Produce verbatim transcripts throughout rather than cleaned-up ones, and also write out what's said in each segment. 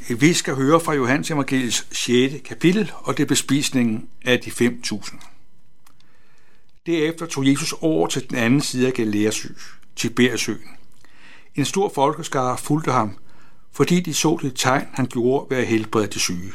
Vi skal høre fra Johannes Evangeliets sjette kapitel, og det er bespisningen af de fem tusind. Derefter tog Jesus over til den anden side af Galileasø, Tiberiasøen. En stor folkeskare fulgte ham, fordi de så det tegn, han gjorde ved at helbrede de syge.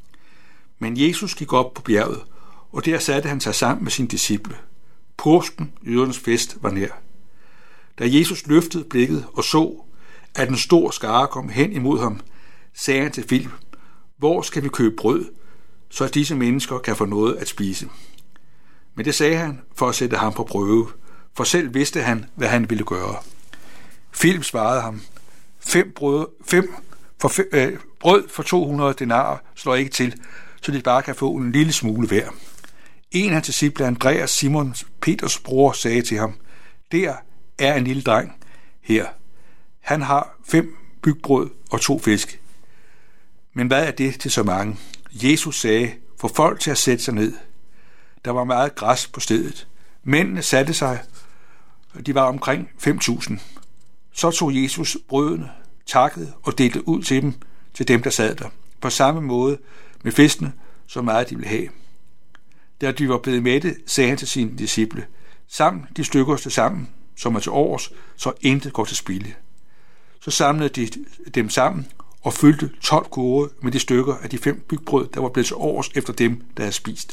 Men Jesus gik op på bjerget, og der satte han sig sammen med sine disciple. Påsken, jødernes fest, var nær. Da Jesus løftede blikket og så, at en stor skare kom hen imod ham, sagde han til Filip: Hvor skal vi købe brød, så disse mennesker kan få noget at spise? Men det sagde han for at sætte ham på prøve, for selv vidste han, hvad han ville gøre. Filip svarede ham: Fem brød, fem for, fem, øh, brød for to hundrede denarer slår ikke til, så de bare kan få en lille smule hver. En af disciple, Andreas, Simon Peters bror, sagde til ham: Der er en lille dreng her. Han har fem bygbrød og to fisk. Men hvad er det til så mange? Jesus sagde: Få folk til at sætte sig ned. Der var meget græs på stedet. Mændene satte sig, og de var omkring fem tusind. Så tog Jesus brødene, takkede og delte ud til dem, til dem, der sad der. På samme måde med fiskene, så meget de ville have. Da de var blevet mætte, sagde han til sine disciple: Sammen de stykker til sammen, som er til overs, så intet går til spilde. Så samlede de dem sammen og fyldte tolv kurve med de stykker af de fem bygbrød, der var blevet til overs efter dem, der havde spist.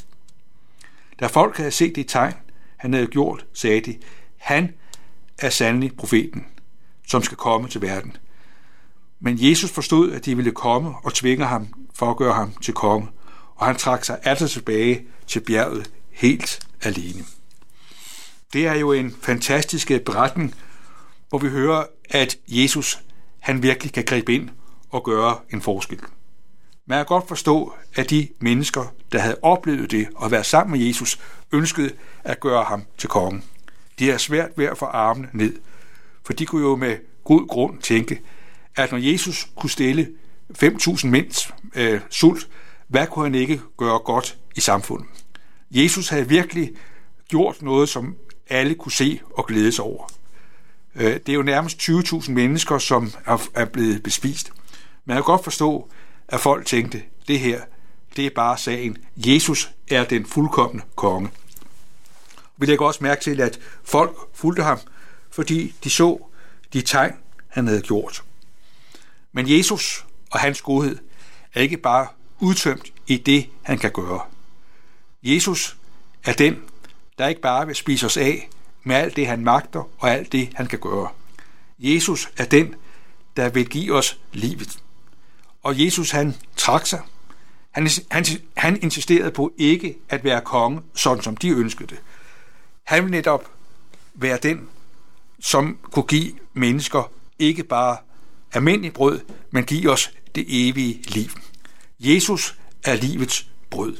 Da folk havde set det tegn, han havde gjort, sagde de: Han er sandelig profeten, som skal komme til verden. Men Jesus forstod, at de ville komme og tvinge ham for at gøre ham til konge, og han trak sig atter tilbage til bjerget helt alene. Det er jo en fantastisk beretning, hvor vi hører, at Jesus han virkelig kan gribe ind og gøre en forskel. Man kan godt forstå, at de mennesker, der havde oplevet det og været sammen med Jesus, ønskede at gøre ham til konge. De er svært ved at få armene ned, for de kunne jo med god grund tænke, at når Jesus kunne stille fem tusind mænds øh, sult, hvad kunne han ikke gøre godt i samfundet? Jesus havde virkelig gjort noget, som alle kunne se og glæde sig over. Det er jo nærmest tyve tusind mennesker, som er blevet bespist. Man kan godt forstå, at folk tænkte, det her, det er bare sagen. Jesus er den fuldkomne konge. Vi lægger også mærke til, at folk fulgte ham, fordi de så de tegn, han havde gjort. Men Jesus og hans godhed er ikke bare udtømt i det, han kan gøre. Jesus er den, der ikke bare vil spise os af med alt det, han magter og alt det, han kan gøre. Jesus er den, der vil give os livet. Og Jesus, han trak sig. Han, han, han insisterede på ikke at være konge, sådan som de ønskede det. Han vil netop være den, som kunne give mennesker ikke bare almindelig brød, men give os det evige liv. Jesus er livets brød.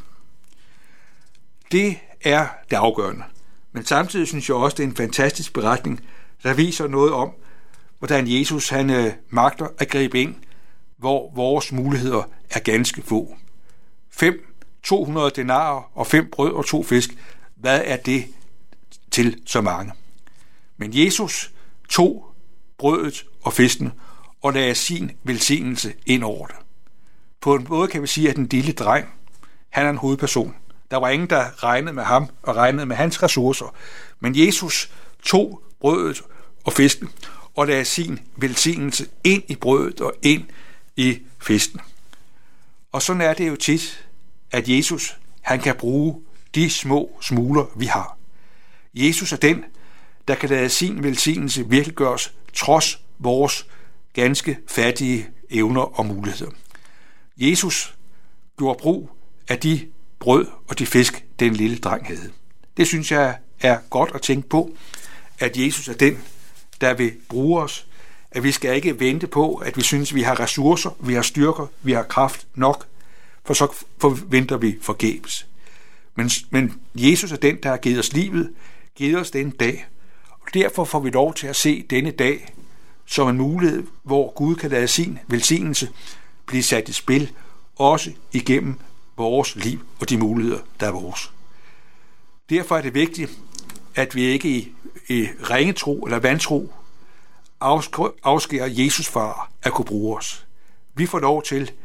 Det er det afgørende. Men samtidig synes jeg også, det er en fantastisk beretning, der viser noget om, hvordan Jesus han øh, magter at gribe ind, hvor vores muligheder er ganske få. Fem, to hundrede denarer og fem brød og to fisk. Hvad er det til så mange? Men Jesus tog brødet og fiskene og lagde sin velsignelse ind over det. På en måde kan vi sige, at den lille dreng, han er en hovedperson. Der var ingen, der regnede med ham og regnede med hans ressourcer. Men Jesus tog brødet og fisken og lagde sin velsignelse ind i brødet og ind i fisken. Og sådan er det jo tit, at Jesus han kan bruge de små smuler, vi har. Jesus er den, der kan lade sin velsignelse virkelig gøres trods vores ganske fattige evner og muligheder. Jesus gjorde brug af de brød og de fisk, den lille dreng havde. Det synes jeg er godt at tænke på, at Jesus er den, der vil bruge os. At vi skal ikke vente på, at vi synes, vi har ressourcer, vi har styrker, vi har kraft nok, for så forventer vi forgæves. Men, men Jesus er den, der har givet os livet, givet os denne dag, og derfor får vi lov til at se denne dag som en mulighed, hvor Gud kan lade sin velsignelse blive sat i spil, også igennem vores liv og de muligheder, der er vores. Derfor er det vigtigt, at vi ikke i, i ringetro eller vantro afskærer Jesus fra at kunne bruge os. Vi får lov til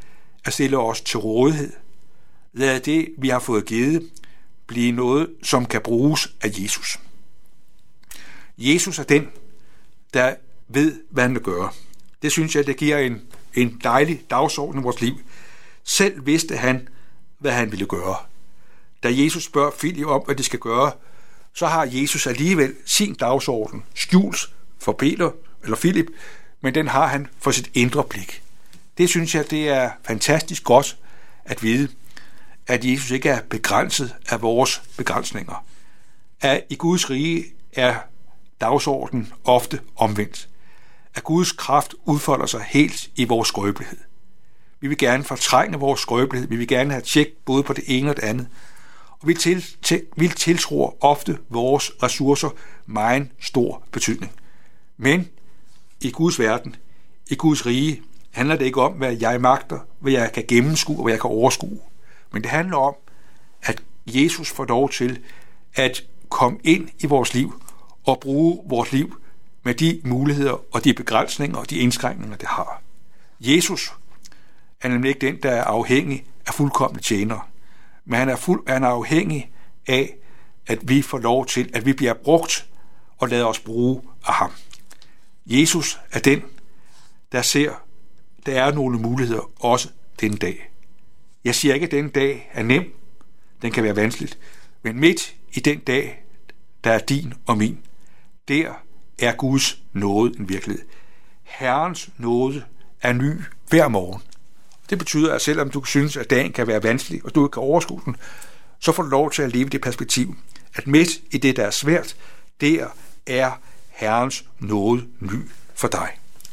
at stille os til rådighed. Lad det, vi har fået givet, blive noget, som kan bruges af Jesus. Jesus er den, der ved, hvad han vil gøre. Det synes jeg, det giver en, en dejlig dagsorden i vores liv. Selv vidste han, hvad han ville gøre. Da Jesus spørger Filip om, hvad de skal gøre, så har Jesus alligevel sin dagsorden skjult for Peter eller Filip, men den har han for sit indre blik. Det synes jeg, det er fantastisk godt at vide, at Jesus ikke er begrænset af vores begrænsninger. At i Guds rige er dagsordenen ofte omvendt. At Guds kraft udfolder sig helt i vores skrøbelighed. Vi vil gerne fortrænge vores skrøbelighed. Vi vil gerne have tjek både på det ene og det andet. Og vi, til, til, vi tiltror ofte vores ressourcer meget stor betydning. Men i Guds verden, i Guds rige, handler det ikke om, hvad jeg magter, hvad jeg kan gennemskue og hvad jeg kan overskue. Men det handler om, at Jesus får lov til at komme ind i vores liv og bruge vores liv med de muligheder og de begrænsninger og de indskrænkninger, det har. Jesus er nemlig ikke den, der er afhængig af fuldkomne tjenere, men han er, fuld, han er afhængig af, at vi får lov til, at vi bliver brugt og lader os bruge af ham. Jesus er den, der ser, der er nogle muligheder også denne dag. Jeg siger ikke, at denne dag er nem, den kan være vanskeligt, men midt i den dag, der er din og min, der er Guds nåde en virkelighed. Herrens nåde er ny hver morgen. Det betyder, at selvom du synes, at dagen kan være vanskelig, og du ikke kan overskue den, så får du lov til at leve det perspektiv, at midt i det, der er svært, der er Herrens nåde ny for dig.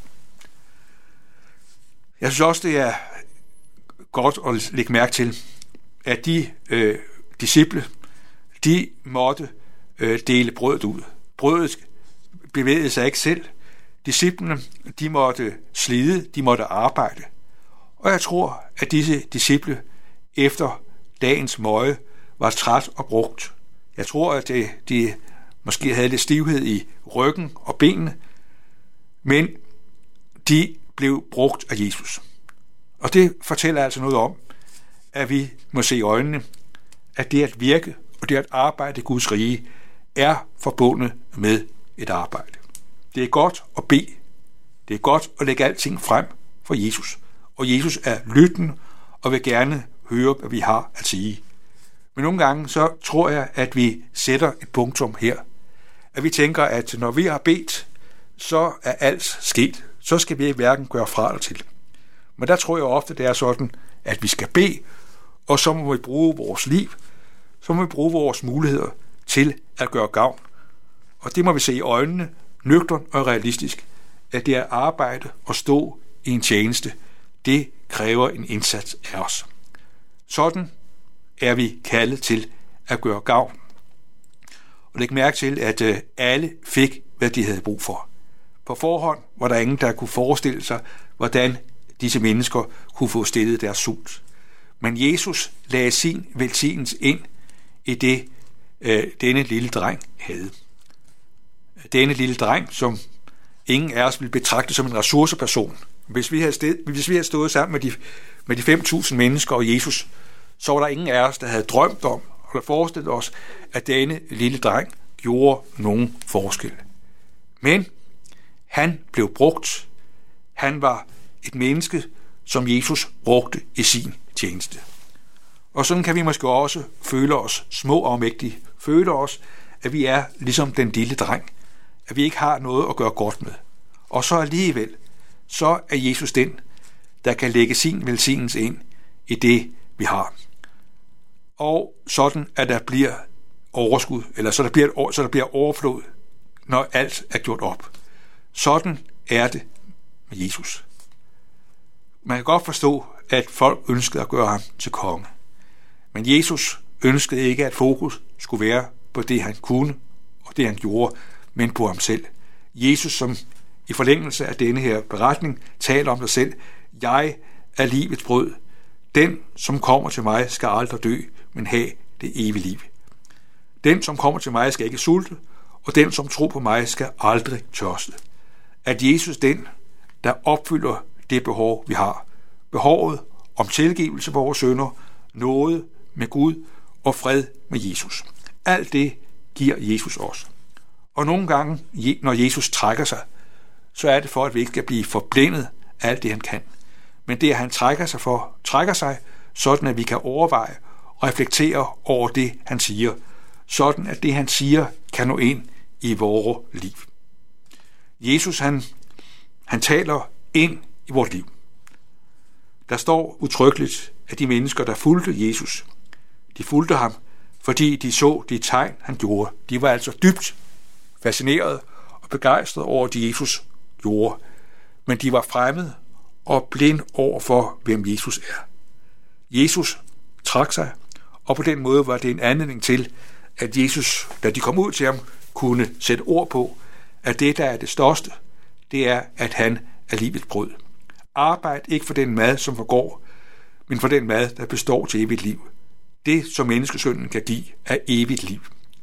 Jeg synes også, det er godt at lægge mærke til, at de øh, disciple, de måtte øh, dele brødet ud. Brødet bevægede sig ikke selv. Disciplene, de måtte slide, de måtte arbejde. Og jeg tror, at disse disciple efter dagens møje var træt og brugt. Jeg tror, at de, de måske havde lidt stivhed i ryggen og benene, men de blev brugt af Jesus. Og det fortæller altså noget om, at vi må se i øjnene, at det at virke og det at arbejde i Guds rige er forbundet med et arbejde. Det er godt at bede. Det er godt at lægge alting frem for Jesus. Og Jesus er lyttende og vil gerne høre, hvad vi har at sige. Men nogle gange så tror jeg, at vi sætter et punktum her. At vi tænker, at når vi har bedt, så er alt sket. Så skal vi hverken gøre fra eller til. Men der tror jeg ofte, det er sådan, at vi skal bede, og så må vi bruge vores liv, så må vi bruge vores muligheder til at gøre gavn. Og det må vi se i øjnene, nøgternt og realistisk, at det er arbejde og stå i en tjeneste. Det kræver en indsats af os. Sådan er vi kaldet til at gøre gavn. Og læg mærke til, at alle fik, hvad de havde brug for. På forhånd var der ingen, der kunne forestille sig, hvordan disse mennesker kunne få stillet deres sult. Men Jesus lagde sin velsignelse ind i det, øh, denne lille dreng havde. Denne lille dreng, som ingen af os ville betragte som en ressourceperson. Hvis vi havde, sted, hvis vi havde stået sammen med de, med de fem tusind mennesker og Jesus, så var der ingen af os, der havde drømt om eller forestillet os, at denne lille dreng gjorde nogen forskel. Men han blev brugt. Han var et menneske, som Jesus brugte i sin tjeneste. Og sådan kan vi måske også føle os små og mægtige. Føle os, at vi er ligesom den lille dreng. At vi ikke har noget at gøre godt med. Og så alligevel, så er Jesus den, der kan lægge sin velsignelse ind i det, vi har. Og sådan, at der bliver overskud, eller så der bliver, så der bliver overflod, når alt er gjort op. Sådan er det med Jesus. Man kan godt forstå, at folk ønskede at gøre ham til konge. Men Jesus ønskede ikke, at fokus skulle være på det, han kunne og det, han gjorde, men på ham selv. Jesus, som i forlængelse af denne her beretning, taler om sig selv. Jeg er livets brød. Den, som kommer til mig, skal aldrig dø, men have det evige liv. Den, som kommer til mig, skal ikke sulte, og den, som tror på mig, skal aldrig tørste. At Jesus den, der opfylder det behov, vi har. Behovet om tilgivelse for vores synder, nåde med Gud og fred med Jesus. Alt det giver Jesus os. Og nogle gange, når Jesus trækker sig, så er det for, at vi ikke skal blive forblændet af alt det, han kan. Men det, at han trækker sig for, trækker sig, sådan at vi kan overveje og reflektere over det, han siger, sådan at det, han siger, kan nå ind i vores liv. Jesus, han, han taler ind i vores liv. Der står udtrykkeligt, at de mennesker, der fulgte Jesus, de fulgte ham, fordi de så de tegn, han gjorde. De var altså dybt fascineret og begejstrede over det, Jesus gjorde. Men de var fremmede og blind over for, hvem Jesus er. Jesus trak sig, og på den måde var det en anledning til, at Jesus, da de kom ud til ham, kunne sætte ord på, at det, der er det største, det er, at han er livets brød. Arbejd ikke for den mad, som forgår, men for den mad, der består til evigt liv. Det, som menneskesønnen kan give, er evigt liv.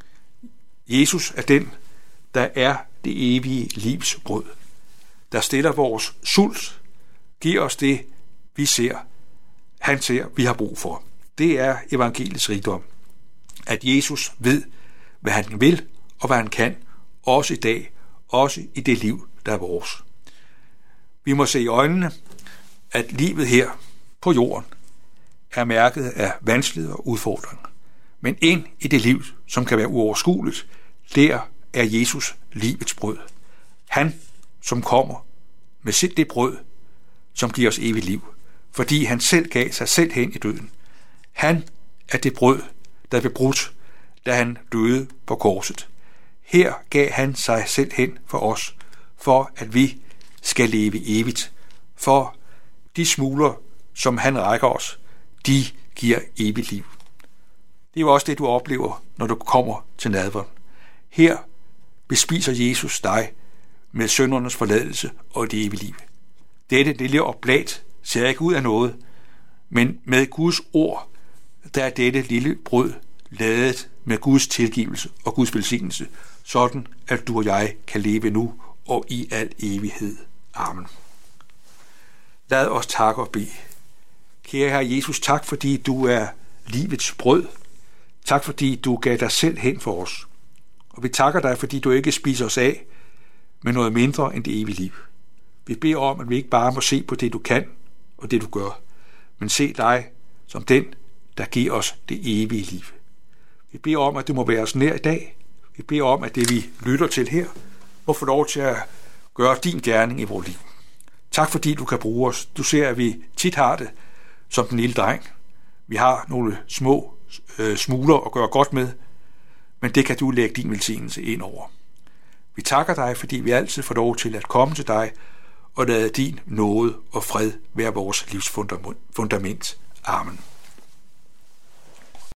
Jesus er den, der er det evige livs brød, der stiller vores sult, giver os det, vi ser, han ser, vi har brug for. Det er evangeliets rigdom, at Jesus ved, hvad han vil og hvad han kan, også i dag, også i det liv, der er vores. Vi må se i øjnene, at livet her på jorden er mærket af vanskeligheder og udfordringer. Men ind i det liv, som kan være uoverskueligt, der er Jesus livets brød. Han, som kommer med sit det brød, som giver os evigt liv, fordi han selv gav sig selv hen i døden. Han er det brød, der blev brudt, da han døde på korset. Her gav han sig selv hen for os, for at vi skal leve evigt. For de smuler, som han rækker os, de giver evigt liv. Det er jo også det, du oplever, når du kommer til nadveren. Her bespiser Jesus dig med syndernes forladelse og det evige liv. Dette lille oblat ser ikke ud af noget, men med Guds ord, der er dette lille brød ladet med Guds tilgivelse og Guds velsignelse, sådan at du og jeg kan leve nu og i al evighed. Amen. Lad os takke og bede. Kære Herre Jesus, tak fordi du er livets brød. Tak fordi du gav dig selv hen for os. Og vi takker dig, fordi du ikke spiser os af med noget mindre end det evige liv. Vi beder om, at vi ikke bare må se på det, du kan og det, du gør, men se dig som den, der giver os det evige liv. Vi beder om, at du må være os nær i dag. Vi beder om, at det, vi lytter til her, må få lov til at gøre din gerning i vores liv. Tak fordi du kan bruge os. Du ser, at vi tit har det som den lille dreng. Vi har nogle små øh, smuler at gøre godt med, men det kan du lægge din velsignelse ind over. Vi takker dig, fordi vi altid får lov til at komme til dig og lade din nåde og fred være vores livsfundament. Amen.